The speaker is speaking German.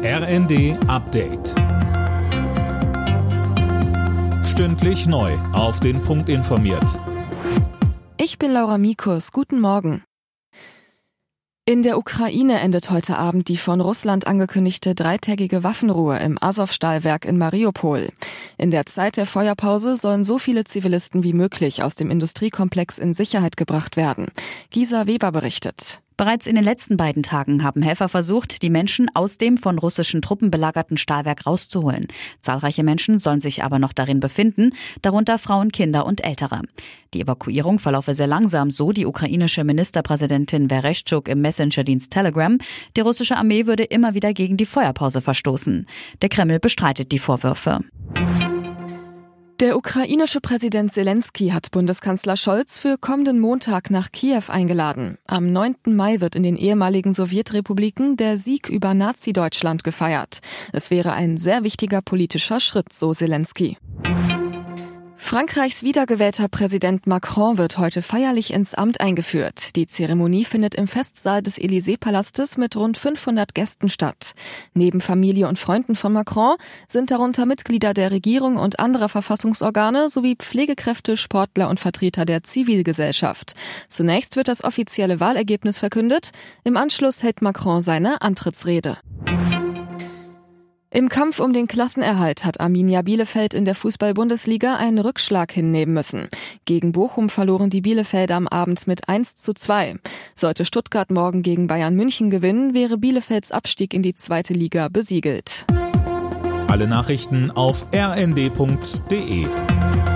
RND Update. Stündlich neu auf den Punkt informiert. Ich bin Laura Mikus. Guten Morgen. In der Ukraine endet heute Abend die von Russland angekündigte 3-tägige Waffenruhe im Asowstahlwerk in Mariupol. In der Zeit der Feuerpause sollen so viele Zivilisten wie möglich aus dem Industriekomplex in Sicherheit gebracht werden. Gisa Weber berichtet. Bereits in den letzten beiden Tagen haben Helfer versucht, die Menschen aus dem von russischen Truppen belagerten Stahlwerk rauszuholen. Zahlreiche Menschen sollen sich aber noch darin befinden, darunter Frauen, Kinder und Ältere. Die Evakuierung verlaufe sehr langsam, so die ukrainische Ministerpräsidentin Vereshchuk im Messenger-Dienst Telegram. Die russische Armee würde immer wieder gegen die Feuerpause verstoßen. Der Kreml bestreitet die Vorwürfe. Der ukrainische Präsident Zelensky hat Bundeskanzler Scholz für kommenden Montag nach Kiew eingeladen. Am 9. Mai wird in den ehemaligen Sowjetrepubliken der Sieg über Nazi-Deutschland gefeiert. Es wäre ein sehr wichtiger politischer Schritt, so Zelensky. Frankreichs wiedergewählter Präsident Macron wird heute feierlich ins Amt eingeführt. Die Zeremonie findet im Festsaal des Élysée-Palastes mit rund 500 Gästen statt. Neben Familie und Freunden von Macron sind darunter Mitglieder der Regierung und anderer Verfassungsorgane sowie Pflegekräfte, Sportler und Vertreter der Zivilgesellschaft. Zunächst wird das offizielle Wahlergebnis verkündet. Im Anschluss hält Macron seine Antrittsrede. Im Kampf um den Klassenerhalt hat Arminia Bielefeld in der Fußball-Bundesliga einen Rückschlag hinnehmen müssen. Gegen Bochum verloren die Bielefelder am Abend mit 1:2. Sollte Stuttgart morgen gegen Bayern München gewinnen, wäre Bielefelds Abstieg in die 2. Liga besiegelt. Alle Nachrichten auf rnd.de.